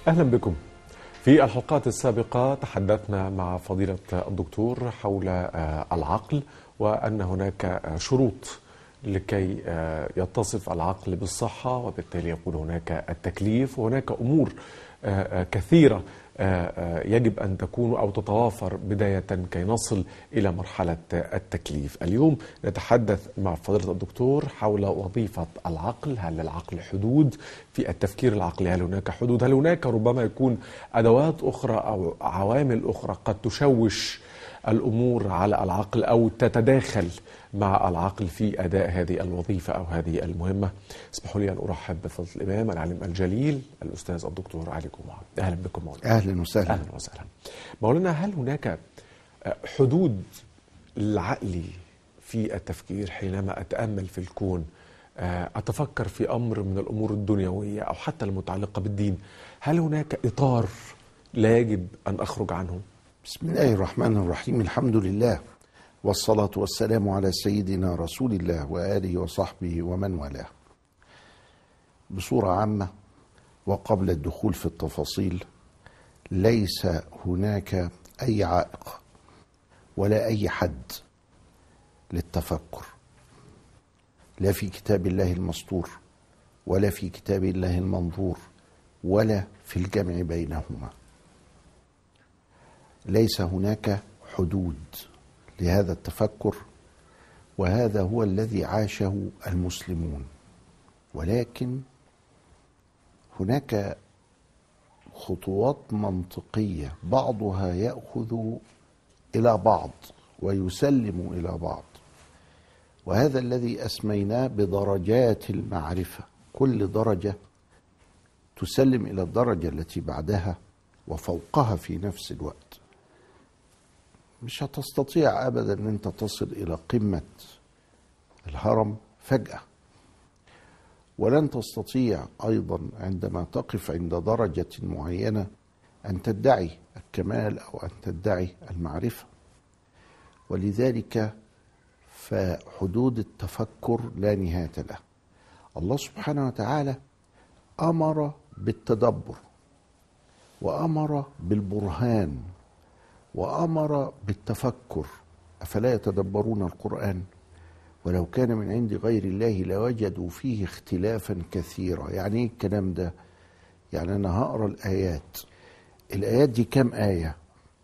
أهلا بكم. في الحلقات السابقة تحدثنا مع فضيلة الدكتور حول العقل، وأن هناك شروط لكي يتصف العقل بالصحة، وبالتالي يكون هناك التكليف، وهناك أمور كثيرة يجب أن تكون أو تتوافر بداية كي نصل إلى مرحلة التكليف. اليوم نتحدث مع فضيلة الدكتور حول وظيفة العقل. هل للعقل حدود في التفكير العقلي؟ هل هناك حدود؟ هل هناك ربما يكون أدوات أخرى أو عوامل أخرى قد تشوش الأمور على العقل أو تتداخل مع العقل في أداء هذه الوظيفة أو هذه المهمة؟ اسمحوا لي أن أرحب بفضل الإمام العالم الجليل الأستاذ الدكتور علي جمعة. أهلا بكم مولانا. أهلا وسهلا. أهلا وسهلا مولانا. هل هناك حدود للعقل في التفكير؟ حينما أتأمل في الكون، أتفكر في أمر من الأمور الدنيوية أو حتى المتعلقة بالدين، هل هناك إطار لا يجب أن أخرج عنه؟ بسم الله الرحمن الرحيم. الحمد لله والصلاة والسلام على سيدنا رسول الله وآله وصحبه ومن والاه. بصورة عامة وقبل الدخول في التفاصيل، ليس هناك أي عائق ولا أي حد للتفكر، لا في كتاب الله المسطور ولا في كتاب الله المنظور ولا في الجمع بينهما. ليس هناك حدود لهذا التفكر، وهذا هو الذي عاشه المسلمون. ولكن هناك خطوات منطقية بعضها يأخذ إلى بعض ويسلم إلى بعض، وهذا الذي أسميناه بدرجات المعرفة. كل درجة تسلم إلى الدرجة التي بعدها وفوقها في نفس الوقت. مش هتستطيع أبدا أن أنت تصل إلى قمة الهرم فجأة، ولن تستطيع أيضا عندما تقف عند درجة معينة أن تدعي الكمال أو أن تدعي المعرفة. ولذلك فحدود التفكر لا نهاية له. الله سبحانه وتعالى أمر بالتدبر، وأمر بالبرهان، وأمر بالتفكر. أفلا يتدبرون القرآن ولو كان من عند غير الله لوجدوا فيه اختلافا كثيرا. يعني ايه الكلام ده؟ يعني أنا هقرأ الآيات دي كم آية؟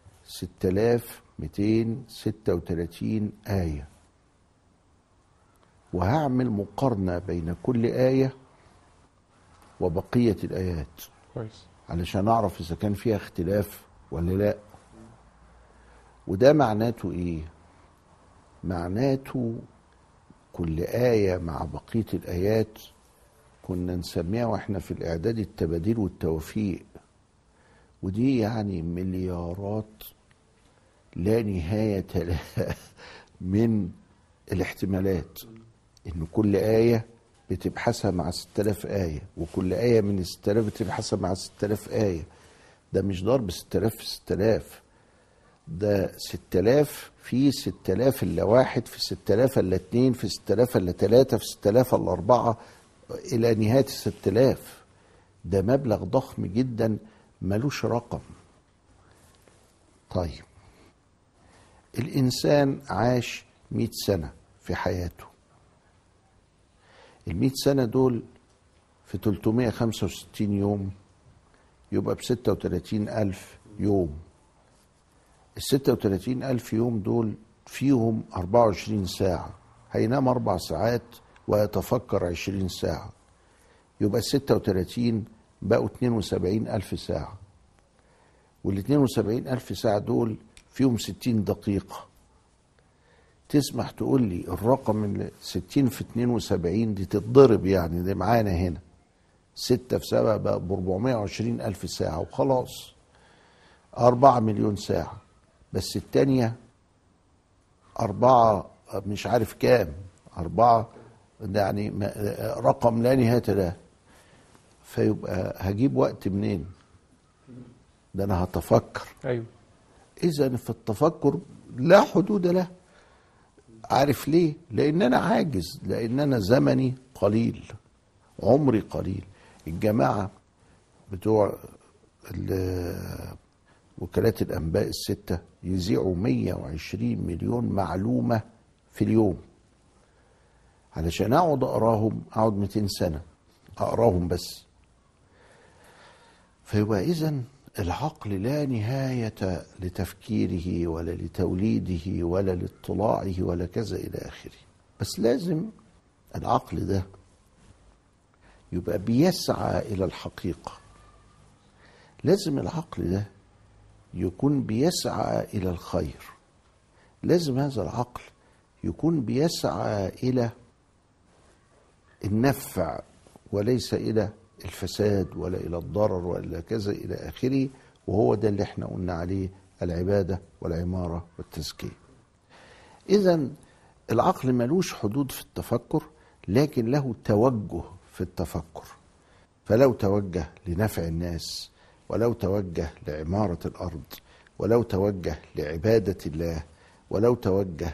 6236 آية، وهعمل مقارنة بين كل آية وبقية الآيات علشان أعرف إذا كان فيها اختلاف ولا لا. وده معناته إيه؟ معناته كل آية مع بقية الآيات كنا نسميها وإحنا في الإعداد التباديل والتوفيق، ودي يعني مليارات لا نهاية لها من الاحتمالات. إن كل آية بتبحثها مع 6000 آية، وكل آية من 6000 بتبحثها مع 6000 آية. ده مش ضرب 6000 في 6000، ده 6000 في 6000 إلا واحد في 6000 إلا اتنين في 6000 إلا تلاتة في 6000 إلا أربعة إلى نهاية 6000. ده مبلغ ضخم جدا ملوش رقم. طيب، الإنسان عاش 100 سنة في حياته. 100 سنة دول في 365 يوم يبقى ب36,000 يوم. 36,000 يوم دول فيهم 24 ساعة، هينام 4 ساعات ويتفكر 20 ساعة، يبقى 36 بقوا 72,000 ساعة. وال72,000 ساعة دول فيهم 60 دقيقة. تسمح تقول لي الرقم 60 في 72 دي تتضرب، يعني دي معانا هنا 6 في 7 بقى ب420,000 ساعة وخلاص، 4 مليون ساعة. بس التانية 4 مش عارف كام، 4 يعني رقم لا نهاية له. فيبقى هجيب وقت منين؟ ده أنا هتفكر. أيوه. إذن في التفكر لا حدود له. عارف ليه؟ لأن أنا عاجز، لأن أنا زمني قليل، عمري قليل. الجماعة بتوع وكالات الأنباء الستة يذيعوا 120 مليون معلومة في اليوم. علشان أقعد أقراهم أقعد 200 سنة أقراهم بس. فيبقى إذن العقل لا نهاية لتفكيره ولا لتوليده ولا لاطلاعه ولا كذا إلى آخره. بس لازم العقل ده يبقى بيسعى إلى الحقيقة. لازم العقل ده يكون بيسعى إلى الخير. لازم هذا العقل يكون بيسعى إلى النفع وليس إلى الفساد ولا إلى الضرر ولا كذا إلى آخره. وهو ده اللي احنا قلنا عليه العبادة والعمارة والتزكية. إذن العقل ملوش حدود في التفكر، لكن له توجه في التفكر. فلو توجه لنفع الناس، ولو توجه لعمارة الأرض، ولو توجه لعبادة الله، ولو توجه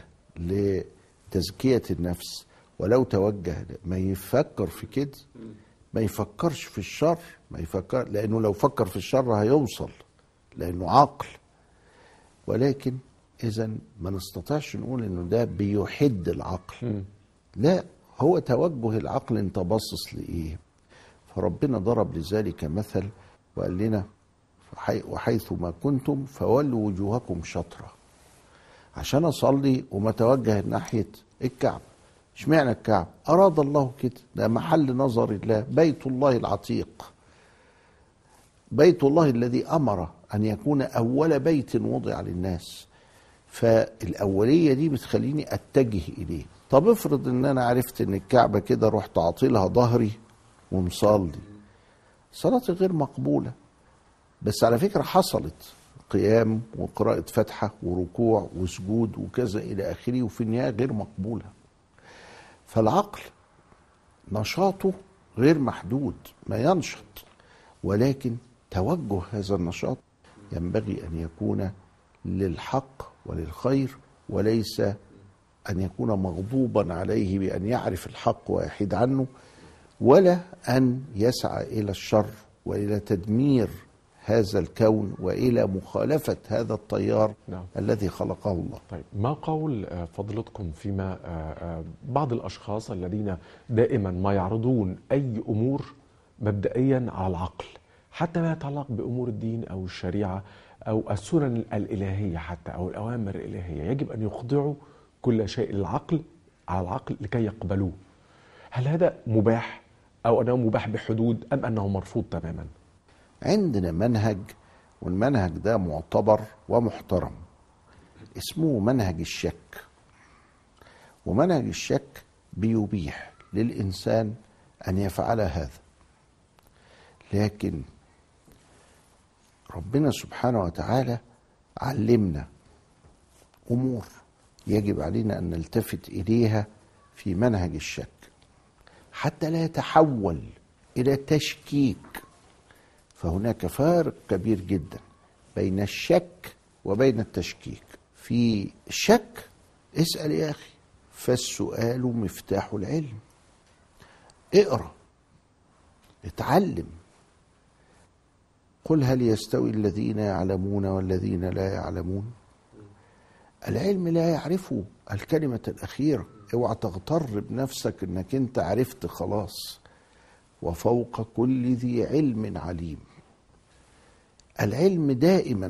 لتزكية النفس، ولو توجه ما يفكر في كده، ما يفكرش في الشر، ما يفكر، لأنه لو فكر في الشر هيوصل، لأنه عقل. ولكن إذن ما نستطيعش نقول إنه ده بيحد العقل. لا، هو توجه العقل. انت باصص لإيه؟ فربنا ضرب لذلك مثل وقال لنا وحيث ما كنتم فولوا وجوهكم شطرة. عشان أصلي وما توجه ناحية الكعب. اشمعنى الكعب؟ أراد الله كده، ده محل نظر الله، بيت الله العتيق، بيت الله الذي أمر أن يكون أول بيت وضع للناس. فالأولية دي بتخليني أتجه إليه. طب افرض ان انا عرفت ان الكعبة كده رحت عاطلها ظهري ومصلي، صلاتي غير مقبولة. بس على فكرة حصلت قيام وقراءة فاتحة وركوع وسجود وكذا إلى آخره، وفي النهاية غير مقبولة. فالعقل نشاطه غير محدود، ما ينشط، ولكن توجه هذا النشاط ينبغي أن يكون للحق وللخير، وليس أن يكون مغضوبا عليه بأن يعرف الحق ويحيد عنه، ولا أن يسعى إلى الشر وإلى تدمير هذا الكون وإلى مخالفة هذا التيار الذي خلقه الله. طيب، ما قول فضلتكم فيما بعض الأشخاص الذين دائما ما يعرضون أي أمور مبدئيا على العقل، حتى ما يتعلق بأمور الدين أو الشريعة أو السنن الإلهية حتى أو الأوامر الإلهية، يجب أن يخضعوا كل شيء للعقل على العقل لكي يقبلوه. هل هذا مباح أو أنه مباح بحدود أم أنه مرفوض تماما؟ عندنا منهج، والمنهج ده معتبر ومحترم، اسمه منهج الشك. ومنهج الشك بيبيح للإنسان أن يفعل هذا. لكن ربنا سبحانه وتعالى علمنا أمور يجب علينا أن نلتفت إليها في منهج الشك، حتى لا يتحول إلى تشكيك. فهناك فارق كبير جدا بين الشك وبين التشكيك. في الشك اسأل يا أخي، فالسؤال مفتاح العلم. اقرأ، اتعلم. قل هل يستوي الذين يعلمون والذين لا يعلمون؟ العلم لا يعرفه الكلمة الأخيرة. اوعى تغتر بنفسك انك انت عرفت خلاص. وفوق كل ذي علم عليم. العلم دائما.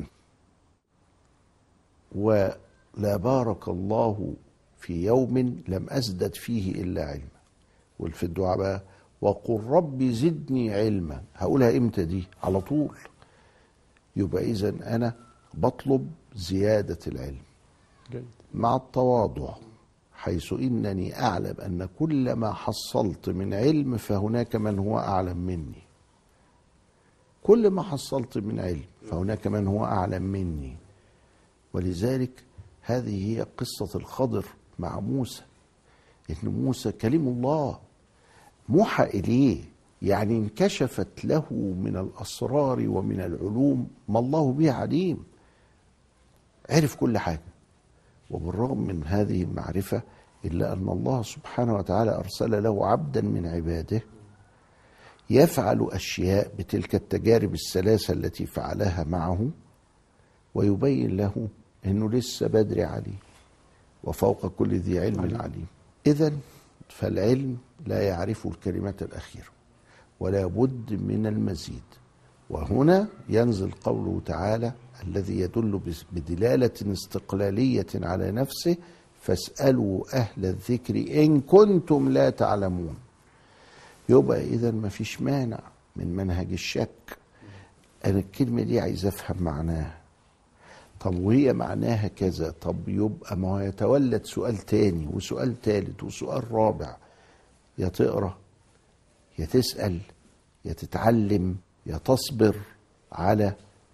ولا بارك الله في يوم لم أزدد فيه إلا علما. وفي الدعاء بقى وقل رب زدني علما. هقولها امتى دي؟ على طول. يبقى إذن أنا بطلب زيادة العلم مع التواضع، حيث إنني أعلم أن كل ما حصلت من علم فهناك من هو أعلم مني. كل ما حصلت من علم فهناك من هو أعلم مني. ولذلك هذه هي قصة الخضر مع موسى. إن موسى كلم الله موحى إليه، يعني انكشفت له من الأسرار ومن العلوم ما الله به عليم. عرف كل حاجة. وبالرغم من هذه المعرفة إلا أن الله سبحانه وتعالى أرسل له عبدا من عباده يفعل أشياء بتلك التجارب الثلاثة التي فعلها معه، ويبين له أنه لسه بدري عليه، وفوق كل ذي علم عليم. إذن فالعلم لا يعرف الكلمات الأخيرة، ولا بد من المزيد. وهنا ينزل قوله تعالى الذي يدل بدلالة استقلالية على نفسه: فاسألوا أهل الذكر إن كنتم لا تعلمون. يبقى إذن ما فيش مانع من منهج الشك. أنا الكلمة دي عايز أفهم معناها، طب وهي معناها كذا، طب يبقى ما هو يتولد سؤال تاني وسؤال تالت وسؤال رابع. يا تقرأ، يا تسأل، يا تتعلم، يا تصبر على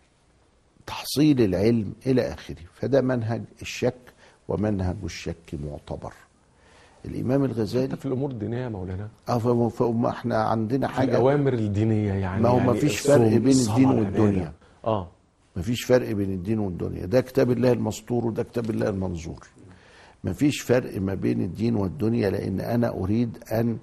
تحصيل العلم إلى آخره. فده منهج الشك، ومنهج الشك معتبر. الإمام الغزالي حتى في الأمور الدينية يا مولانا، فما احنا عندنا حاجة، الأوامر الدينية يعني، ما هو ما فيش فرق بين الدين والدنيا. ما فيش فرق بين الدين والدنيا. ده كتاب الله المسطور وده كتاب الله المنظور. ما فيش فرق ما بين الدين والدنيا، لأن أنا أريد أن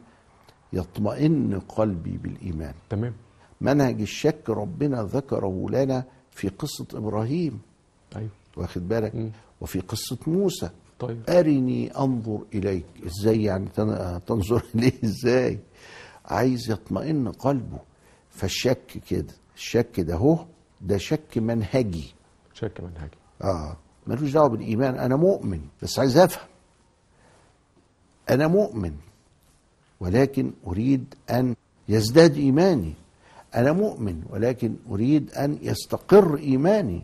يطمئن قلبي بالإيمان. تمام. منهج الشك ربنا ذكره لنا في قصة إبراهيم، أيوه، واخد بالك، وفي قصة موسى. طيب. أرني أنظر إليك. إزاي يعني تنظر إليه إزاي؟ عايز يطمئن قلبه. فالشك كده، الشك ده هو ده شك منهجي. شك منهجي. ملوش دعوه بالايمان. انا مؤمن بس عايز افهم. انا مؤمن ولكن اريد ان يزداد ايماني. انا مؤمن ولكن اريد ان يستقر ايماني.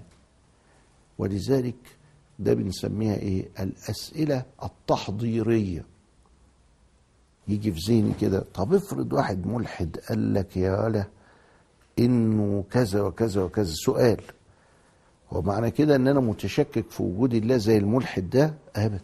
ولذلك ده بنسميها ايه؟ الاسئله التحضيريه. يجي في ذهني كده، طب افرض واحد ملحد قال لك يا ولا انه كذا وكذا وكذا. سؤال، هو معنى كده ان انا متشكك في وجود الله زي الملحد ده؟ ابدا.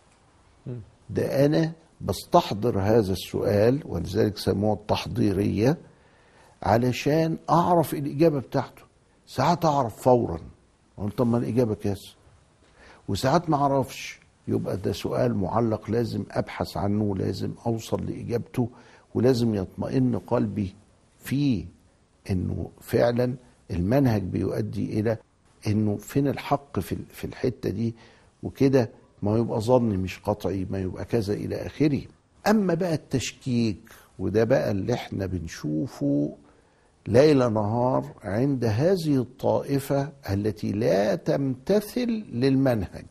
ده انا بستحضر هذا السؤال، ولذلك سموه التحضيريه، علشان اعرف الاجابه بتاعته. ساعات اعرف فورا، طب ما الاجابه كذا، وساعات ما اعرفش. يبقى ده سؤال معلق، لازم ابحث عنه، لازم اوصل لاجابته، ولازم يطمئن قلبي فيه انه فعلا المنهج بيؤدي الى انه فين الحق في الحته دي، وكده ما يبقى ظني مش قطعي، ما يبقى كذا الى اخره. اما بقى التشكيك، وده بقى اللي احنا بنشوفه ليل نهار عند هذه الطائفه التي لا تمتثل للمنهج.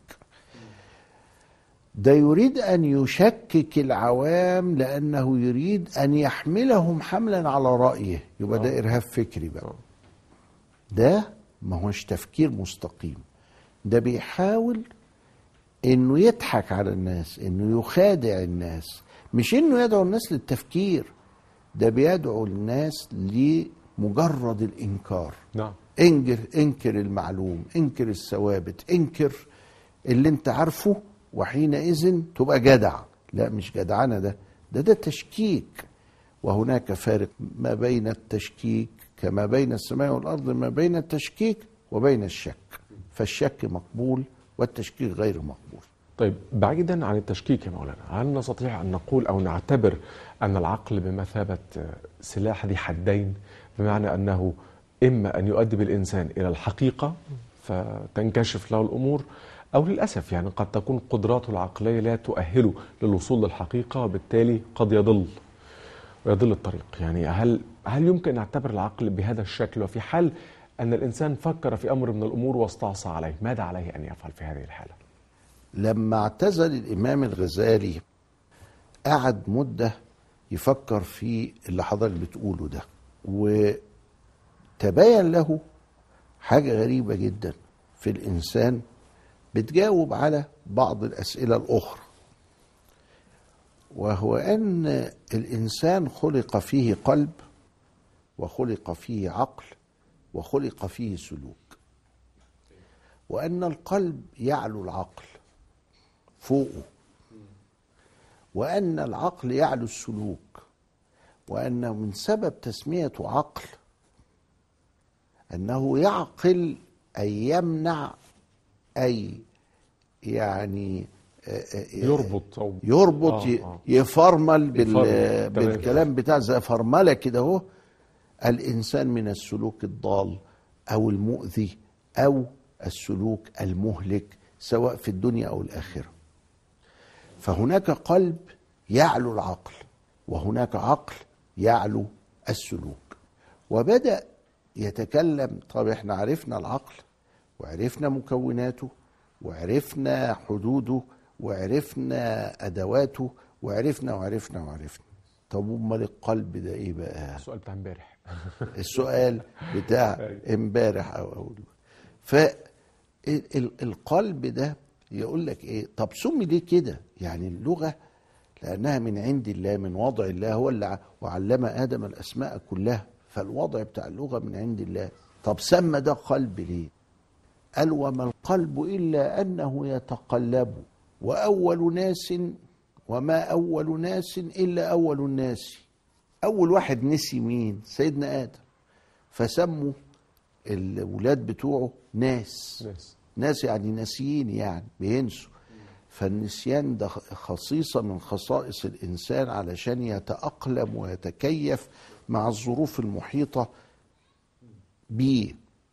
ده يريد أن يشكك العوام لأنه يريد أن يحملهم حملا على رأيه. يبقى ده إرهاب فكري بقى. ده ما هوش تفكير مستقيم. ده بيحاول إنه يضحك على الناس، إنه يخادع الناس، مش إنه يدعو الناس للتفكير. ده بيدعو الناس لمجرد الإنكار. نعم. انكر المعلوم، انكر الثوابت، انكر اللي انت عارفه، وحينئذ تبقى جدع. لا، مش جدعانة. ده تشكيك. وهناك فارق ما بين التشكيك كما بين السماء والأرض، ما بين التشكيك وبين الشك. فالشك مقبول والتشكيك غير مقبول. طيب، بعيدا عن التشكيك يا مولانا، هل نستطيع أن نقول أو نعتبر أن العقل بمثابة سلاح ذي حدين، بمعنى أنه إما أن يؤدي بالإنسان إلى الحقيقة فتنكشف له الأمور، أو للأسف يعني قد تكون قدراته العقلية لا تؤهله للوصول للحقيقة، وبالتالي قد يضل الطريق. يعني هل يمكن أن نعتبر العقل بهذا الشكل؟ وفي حال أن الإنسان فكر في أمر من الأمور واستعصى عليه، ماذا عليه أن يفعل في هذه الحالة؟ لما اعتزل الإمام الغزالي قعد مدة يفكر في اللي حضرتك بتقوله ده، وتبين له حاجة غريبة جدا في الإنسان بتجاوب على بعض الأسئلة الأخرى، وهو أن الإنسان خلق فيه قلب، وخلق فيه عقل، وخلق فيه سلوك، وأن القلب يعلو العقل فوقه، وأن العقل يعلو السلوك، وأنه من سبب تسميته عقل أنه يعقل أي يمنع، أي يعني يربط يفرمل بالكلام بتاع زي فرملة كده اهو، الإنسان من السلوك الضال أو المؤذي أو السلوك المهلك سواء في الدنيا أو الآخرة. فهناك قلب يعلو العقل، وهناك عقل يعلو السلوك. وبدأ يتكلم. طب احنا عرفنا العقل وعرفنا مكوناته وعرفنا حدوده وعرفنا أدواته وعرفنا. طب امال القلب ده ايه بقى؟ السؤال بتاع امبارح. السؤال بتاع امبارح او فالقلب ده يقول لك ايه؟ طب سمي ليه كده؟ يعني اللغة لأنها من عند الله، من وضع الله، هو اللي وعلم آدم الأسماء كلها، فالوضع بتاع اللغة من عند الله. طب سمى ده قلب ليه؟ قال وما القلب إلا أنه يتقلب، وما أول ناس إلا أول الناس. أول واحد نسي مين؟ سيدنا آدم، فسموا الولاد بتوعه ناس يعني ناسيين، يعني بينسوا. فالنسيان ده خصيصة من خصائص الإنسان علشان يتأقلم ويتكيف مع الظروف المحيطة بيه.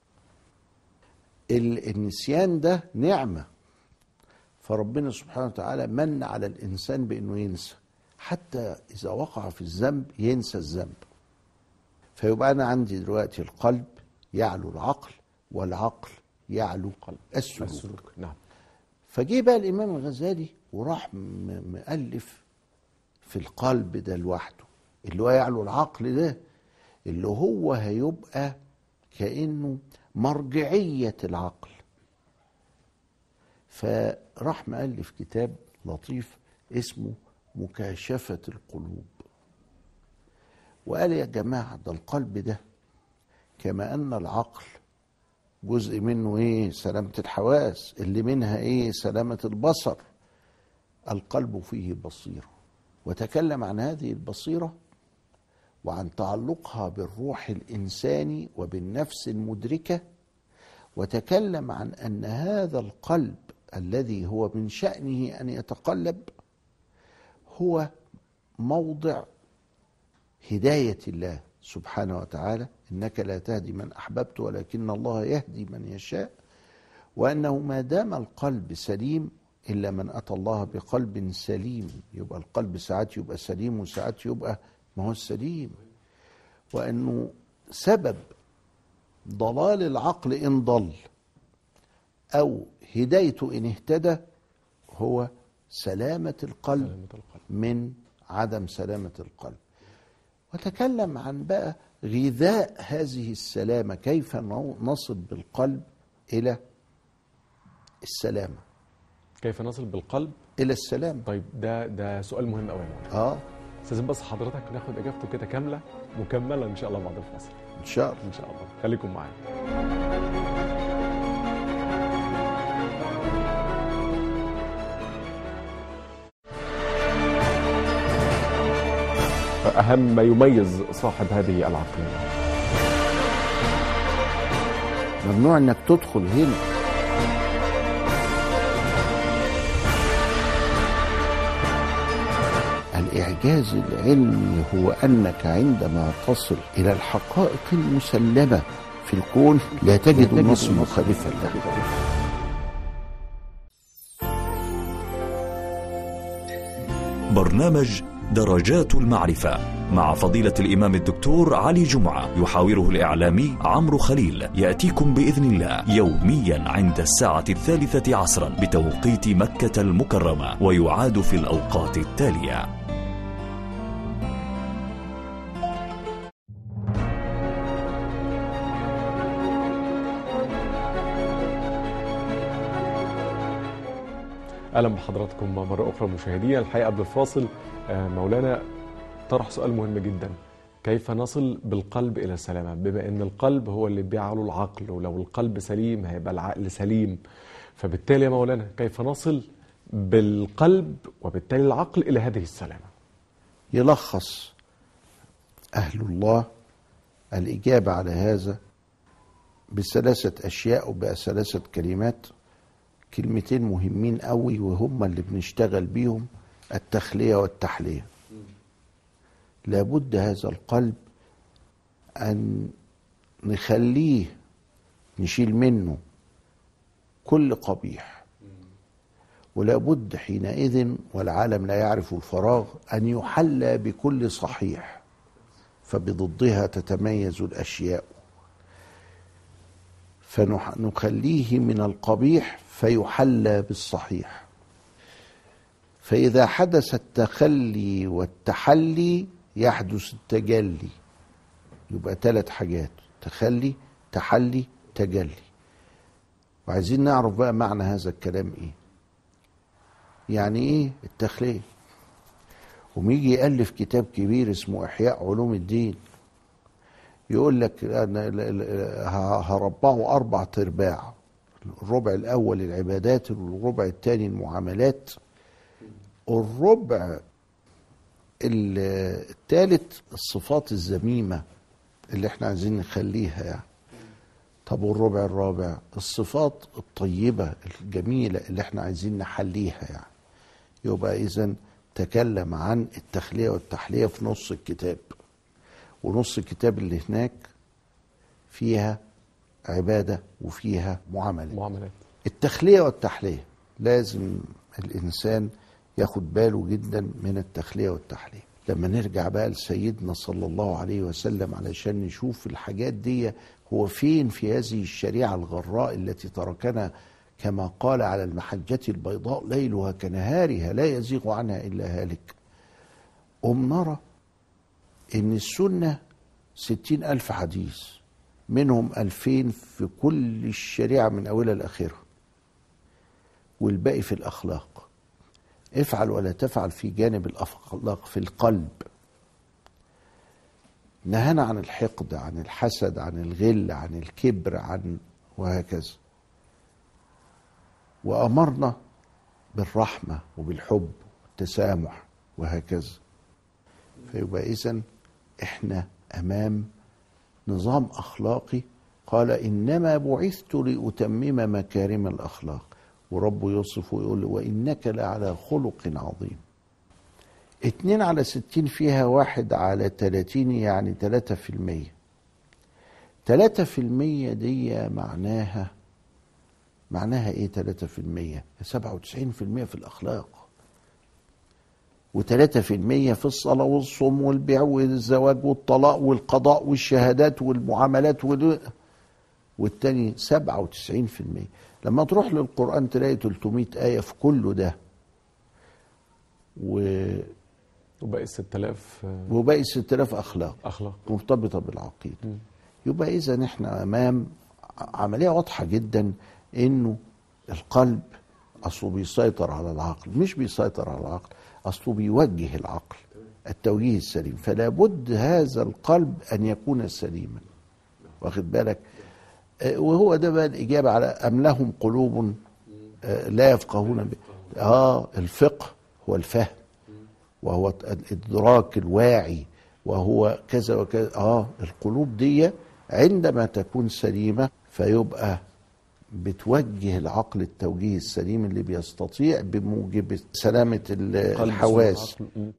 النسيان ده نعمة، فربنا سبحانه وتعالى من على الإنسان بأنه ينسى، حتى إذا وقع في الذنب ينسى الذنب. فيبقى أنا عندي دلوقتي القلب يعلو العقل، والعقل يعلو السلوك. نعم. فجه بقى الإمام الغزالي وراح مؤلف في القلب ده لوحده، اللي هو يعلو العقل ده، اللي هو هيبقى كأنه مرجعية العقل. فراح مؤلف كتاب لطيف اسمه مكاشفة القلوب، وقال يا جماعة ده القلب ده كما أن العقل جزء منه ايه؟ سلامة الحواس، اللي منها ايه؟ سلامة البصر. القلب فيه بصيرة، وتكلم عن هذه البصيرة وعن تعلقها بالروح الإنساني وبالنفس المدركة، وتكلم عن أن هذا القلب الذي هو من شأنه أن يتقلب هو موضع هداية الله سبحانه وتعالى، إنك لا تهدي من أحببت ولكن الله يهدي من يشاء. وأنه ما دام القلب سليم إلا من أتى الله بقلب سليم، يبقى القلب ساعات يبقى سليم وساعات يبقى ما هو السليم. وأنه سبب ضلال العقل إن ضل أو هدايته إن اهتدى هو سلامة القلب من عدم سلامة القلب. وتكلم عن بقى غذاء هذه السلامة، كيف نصل بالقلب إلى السلامة. كيف نصل بالقلب إلى السلامة؟ طيب ده سؤال مهم قوي. استاذن بس حضرتك ناخد اجابته كده كامله مكمله ان شاء الله بعد الفاصل. ان شاء الله. خليكم معانا. اهم ما يميز صاحب هذه العقليه، ممنوع انك تدخل هنا. الإعجاز العلمي هو أنك عندما تصل إلى الحقائق المسلمة في الكون لا تجد النص مخالفا له. برنامج درجات المعرفة مع فضيلة الإمام الدكتور علي جمعة، يحاوره الإعلامي عمرو خليل، يأتيكم بإذن الله يوميا عند الساعة 3 عصرا بتوقيت مكة المكرمة، ويعاد في الأوقات التالية. أهلا بحضراتكم مرة أخرى مشاهدينا. الحقيقة قبل الفاصل مولانا طرح سؤال مهم جدا: كيف نصل بالقلب إلى السلامة؟ بما أن القلب هو اللي بيعلو العقل، ولو القلب سليم هيبقى العقل سليم، فبالتالي يا مولانا كيف نصل بالقلب وبالتالي العقل إلى هذه السلامة؟ يلخص أهل الله الإجابة على هذا بثلاثة أشياء وبثلاثة كلمات، كلمتين مهمين قوي وهم اللي بنشتغل بيهم: التخلية والتحلية. لابد هذا القلب أن نخليه نشيل منه كل قبيح، ولا بد حينئذ، والعالم لا يعرف الفراغ، أن يحلى بكل صحيح، فبضدها تتميز الأشياء. فنخليه من القبيح فيحلى بالصحيح. فإذا حدث التخلي والتحلي يحدث التجلي. يبقى 3 حاجات: تخلي، تحلي، تجلي. وعايزين نعرف بقى معنى هذا الكلام ايه. يعني ايه التخلية؟ وميجي يألف كتاب كبير اسمه إحياء علوم الدين، يقول لك هربعه 4 أرباع: الربع الأول العبادات، والربع الثاني المعاملات، الربع الثالث الصفات الذميمة اللي احنا عايزين نخليها يعني. طب والربع الرابع الصفات الطيبة الجميلة اللي احنا عايزين نحليها يعني. يبقى إذن تكلم عن التخلية والتحلية في نص الكتاب، ونص الكتاب اللي هناك فيها عبادة وفيها معاملات. التخلية والتحلية لازم الإنسان ياخد باله جدا من التخلية والتحلية. لما نرجع بقى لسيدنا صلى الله عليه وسلم علشان نشوف الحاجات دي هو فين في هذه الشريعة الغراء التي تركنا كما قال على المحجة البيضاء ليلها كنهارها لا يزيغ عنها إلا هالك. نرى إن السنة 60,000 حديث، منهم 2000 في كل الشريعة من أولها لآخرها، والباقي في الأخلاق. افعل ولا تفعل في جانب الأخلاق في القلب. نهانا عن الحقد، عن الحسد، عن الغل، عن الكبر، عن وهكذا. وأمرنا بالرحمة وبالحب والتسامح وهكذا. فيبقى إذن إحنا أمام نظام أخلاقي قال إنما بعثت لأتمم مكارم الأخلاق، ورب يوصف ويقول وإنك لعلى خلق عظيم. 2/60 فيها 1/30 يعني 3%. 3% دي معناها ايه 3%؟ 97% في الأخلاق، و3% في الصلاة والصوم والبيع والزواج والطلاق والقضاء والشهادات والمعاملات والتاني 97%. لما تروح للقرآن تلاقي 300 آية في كله ده، وباقي 6000 أخلاق مرتبطة بالعقيدة. يبقى إذا احنا أمام عملية واضحة جدا إنه القلب أصله بيسيطر على العقل، مش بيسيطر على العقل، أصله بيوجه العقل التوجيه السليم. فلا بد هذا القلب أن يكون سليما، واخد بالك؟ وهو ده بقى الإجابة على أم لهم قلوب لا يفقهون الفقه هو الفهم، وهو الإدراك الواعي، وهو كذا وكذا. القلوب دي عندما تكون سليمة فيبقى بتوجه العقل التوجيه السليم اللي بيستطيع بموجب سلامة الحواس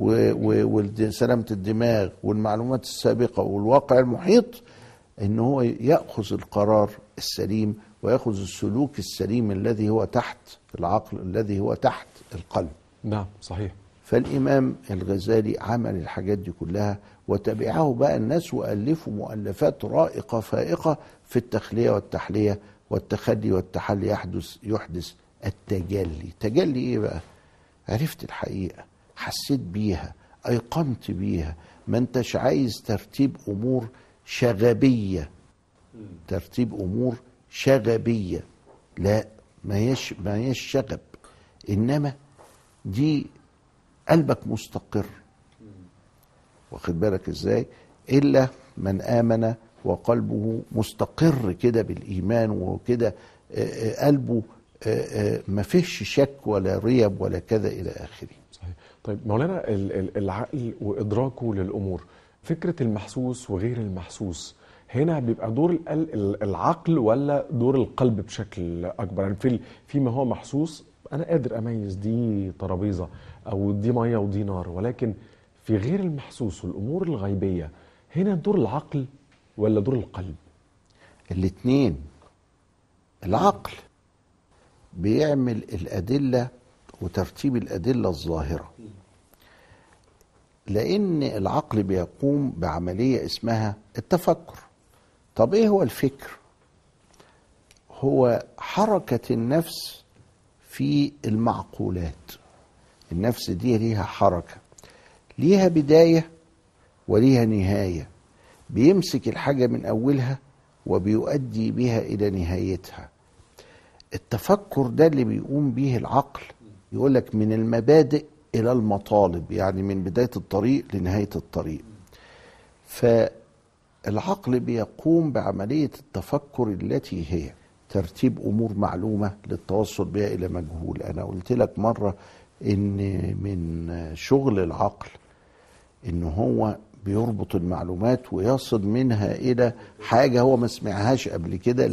وسلامة الدماغ والمعلومات السابقة والواقع المحيط، ان هو يأخذ القرار السليم ويأخذ السلوك السليم الذي هو تحت العقل، الذي هو تحت القلب. نعم صحيح. فالإمام الغزالي عمل الحاجات دي كلها، وتبعه بقى الناس وألفوا مؤلفات رائقة فائقة في التخلية والتحلية والتخلي والتحلي. يحدث التجلي. تجلي ايه بقى؟ عرفت الحقيقة، حسيت بيها، أيقنت بيها. ما انتش عايز ترتيب أمور شغبية، ترتيب أمور شغبية، لا، ما هيش شغب، إنما دي قلبك مستقر، واخد بالك ازاي؟ إلا من آمن وقلبه مستقر كده بالإيمان وكده، قلبه ما فيش شك ولا ريب ولا كذا إلى آخره. صحيح. طيب مولانا، العقل وإدراكه للأمور، فكرة المحسوس وغير المحسوس، هنا بيبقى دور العقل ولا دور القلب بشكل أكبر؟ يعني فيما هو محسوس أنا قادر أميز دي ترابيزة أو دي مية ودي نار، ولكن في غير المحسوس والأمور الغيبية هنا دور العقل ولا دور القلب؟ الاتنين. العقل بيعمل الأدلة وترتيب الأدلة الظاهرة، لأن العقل بيقوم بعملية اسمها التفكر. طب إيه هو الفكر؟ هو حركة النفس في المعقولات. النفس دي ليها حركة، ليها بداية وليها نهاية، بيمسك الحاجة من أولها وبيؤدي بها إلى نهايتها. التفكر ده اللي بيقوم به العقل، يقولك من المبادئ إلى المطالب، يعني من بداية الطريق لنهاية الطريق. فالعقل بيقوم بعملية التفكر التي هي ترتيب أمور معلومة للتوصل بها إلى مجهول. أنا قلت لك مرة إن من شغل العقل إن هو بيربط المعلومات ويصل منها إلى حاجة هو ما سمعهاش قبل كده،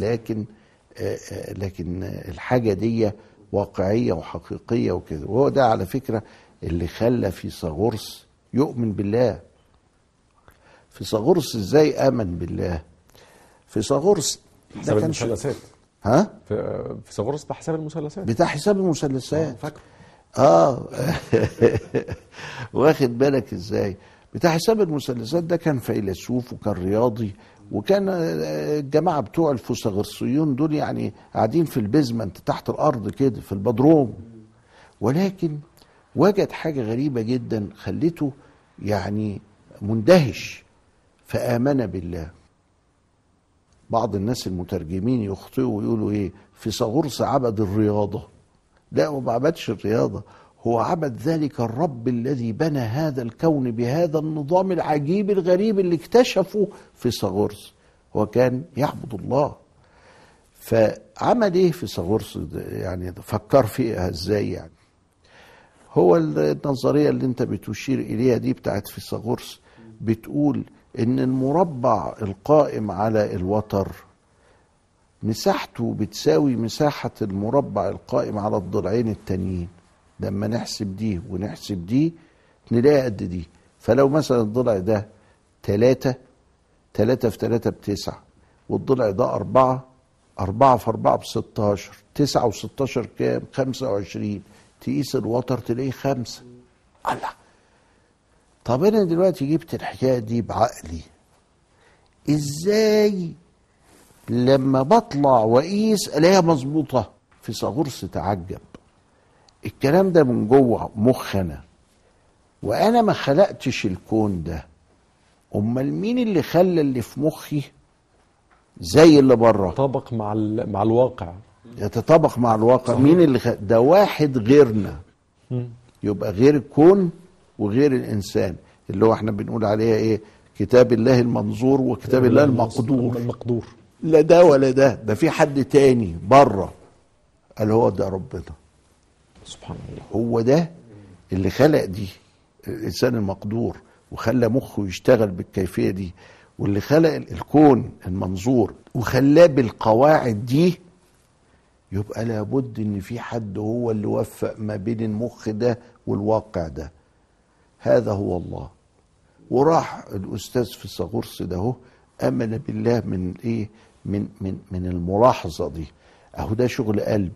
لكن الحاجة دي واقعية وحقيقية وكده. وهو ده على فكرة اللي خلى فيثاغورس يؤمن بالله. فيثاغورس ازاي آمن بالله؟ فيثاغورس حساب المثلثات. ها؟ فيثاغورس بحساب المثلثات، بتاع حساب المثلثات. فاكره. واخد بالك ازاي؟ بتاع حساب المثلثات ده كان فيلسوف وكان رياضي، وكان الجماعة بتوع الفيثاغورسيون دول يعني قاعدين في البيزمنت تحت الأرض كده في البدروم. ولكن وجد حاجة غريبة جدا خلته يعني مندهش، فآمن بالله. بعض الناس المترجمين يخطئوا ويقولوا ايه؟ فيثاغورس عبد الرياضة. لا، هو ما عبدش الرياضة، هو عبد ذلك الرب الذي بنى هذا الكون بهذا النظام العجيب الغريب اللي اكتشفه فيثاغورس. هو كان يعبد الله. فعمل ايه فيثاغورس؟ يعني فكر فيها ازاي؟ يعني هو النظرية اللي انت بتشير اليها دي بتاعت فيثاغورس بتقول ان المربع القائم على الوتر مساحته بتساوي مساحة المربع القائم على الضلعين التانيين. لما نحسب دي ونحسب دي نلاقي قد دي. فلو مثلا الضلع ده 3 في 3 ب9، والضلع ده 4 في 4 ب16، 9 و16 كام؟ 25. تقيس الوتر تلاقيه 5. الله، طب انا دلوقتي جبت الحكايه دي بعقلي، ازاي لما بطلع واقيس الاقيها مظبوطه؟ فيثاغورس تعجب. الكلام ده من جوه مخنا، وانا ما خلقتش الكون ده. امال مين اللي خلى اللي في مخي زي اللي بره؟ يتطابق مع الواقع. يتطابق مع الواقع. صحيح. مين اللي ده واحد غيرنا. يبقى غير الكون وغير الانسان، اللي هو احنا بنقول عليها ايه؟ كتاب الله المنظور وكتاب الله المقدور. لا ده ولا ده في حد تاني بره. قال هو ده ربنا سبحان الله. هو ده اللي خلق دي الانسان المقدور وخلى مخه يشتغل بالكيفيه دي، واللي خلق الكون المنظور وخلاه بالقواعد دي. يبقى لابد ان في حد هو اللي وفق ما بين المخ ده والواقع ده. هذا هو الله. وراح الاستاذ فيثاغورس ده هو امن بالله من ايه؟ من الملاحظه دي. اهو ده شغل قلب.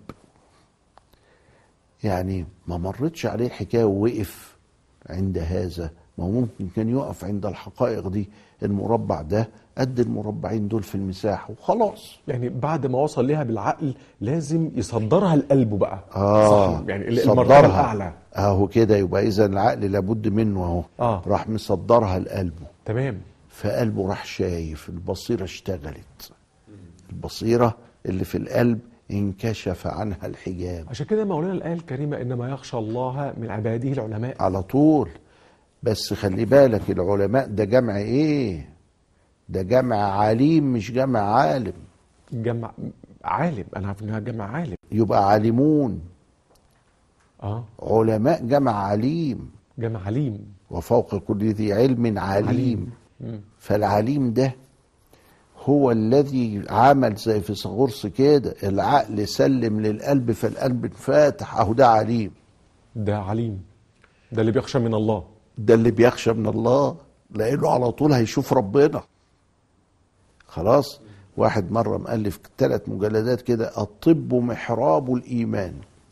يعني ما مرتش عليه الحكايه ووقف عند هذا. ما هو ممكن كان يقف عند الحقائق دي. المربع ده قد المربعين دول في المساحه وخلاص. يعني بعد ما وصل ليها بالعقل لازم يصدرها القلب بقى. صح. يعني المرتبه الاعلى. اهو كده. يبقى اذا العقل لابد منه اهو. راح مصدرها لقلبه. تمام. فقلبه راح شايف. البصيره اشتغلت. البصيره اللي في القلب انكشف عنها الحجاب. عشان كده مولانا الآية الكريمة إنما يخشى الله من عباده العلماء. على طول. بس خلي بالك العلماء ده جمع ايه؟ ده جمع عليم مش جمع عالم. جمع عالم. أنا عارف إنها جمع عالم. يبقى عالمون. علماء جمع عليم. جمع عليم. وفوق كل ذي علم عليم. فالعليم ده هو الذي عمل زي فيثاغورس كده. العقل سلم للقلب فالقلب انفتح. اهو ده عليم. ده عليم. ده اللي بيخشى من الله. ده اللي بيخشى من الله، لانه على طول هيشوف ربنا. خلاص. واحد مرة مؤلف 3 مجلدات كده، الطب محراب الإيمان.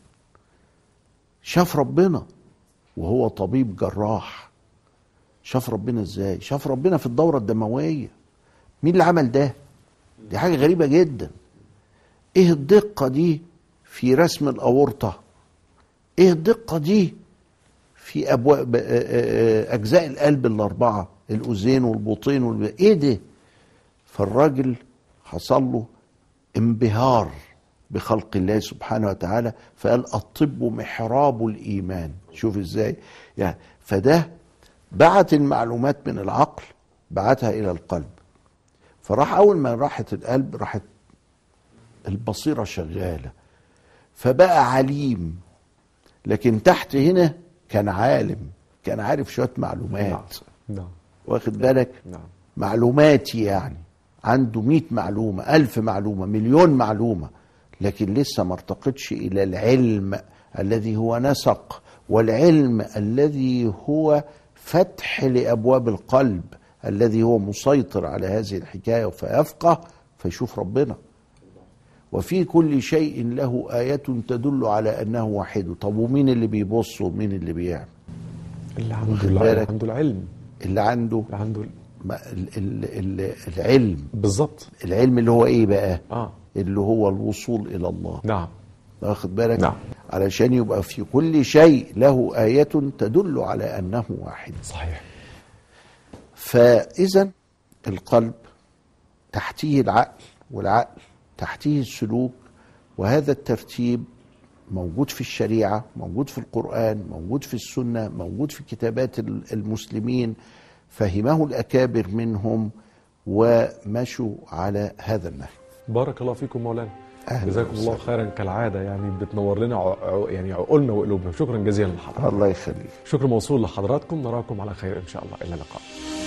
شاف ربنا وهو طبيب جراح. شاف ربنا ازاي؟ شاف ربنا في الدورة الدموية. مين اللي عمل ده؟ دي حاجة غريبة جدا. ايه الدقة دي في رسم الأورطة؟ ايه الدقة دي في أبواب أجزاء القلب ال4، الأذين والبطين ايه ده؟ فالراجل حصل له انبهار بخلق الله سبحانه وتعالى، فقال الطب محراب الإيمان. شوف ازاي يعني. فده بعت المعلومات من العقل، بعتها إلى القلب. فراح أول ما راحت القلب، راحت البصيرة شغالة، فبقى عليم. لكن تحت هنا كان عالم، كان عارف شوية معلومات. نعم. واخد بالك؟ نعم. معلوماتي يعني عنده 100 معلومة، 1000 معلومة، 1,000,000 معلومة، لكن لسه ما ارتقتش إلى العلم الذي هو نسق، والعلم الذي هو فتح لأبواب القلب، الذي هو مسيطر على هذه الحكاية، فيفقه فيشوف ربنا. وفي كل شيء له آية تدل على أنه واحد. طب ومين اللي بيبص ومين اللي بيعمل؟ اللي عنده العلم، اللي عنده العلم. بالظبط. العلم اللي هو ايه بقى؟ اللي هو الوصول الى الله. نعم. واخد بالك؟ نعم. علشان يبقى في كل شيء له آية تدل على أنه واحد. صحيح. فإذا القلب تحتيه العقل، والعقل تحتيه السلوك، وهذا الترتيب موجود في الشريعة، موجود في القرآن، موجود في السنة، موجود في كتابات المسلمين، فهمه الأكابر منهم ومشوا على هذا النهج. بارك الله فيكم مولانا، جزاكم الله خيرا كالعادة، يعني بتنور لنا يعني عقولنا وقلوبنا. شكرا جزيلا لحضرتك. الله يخليك. شكر موصول لحضراتكم، نراكم على خير إن شاء الله، إلى اللقاء.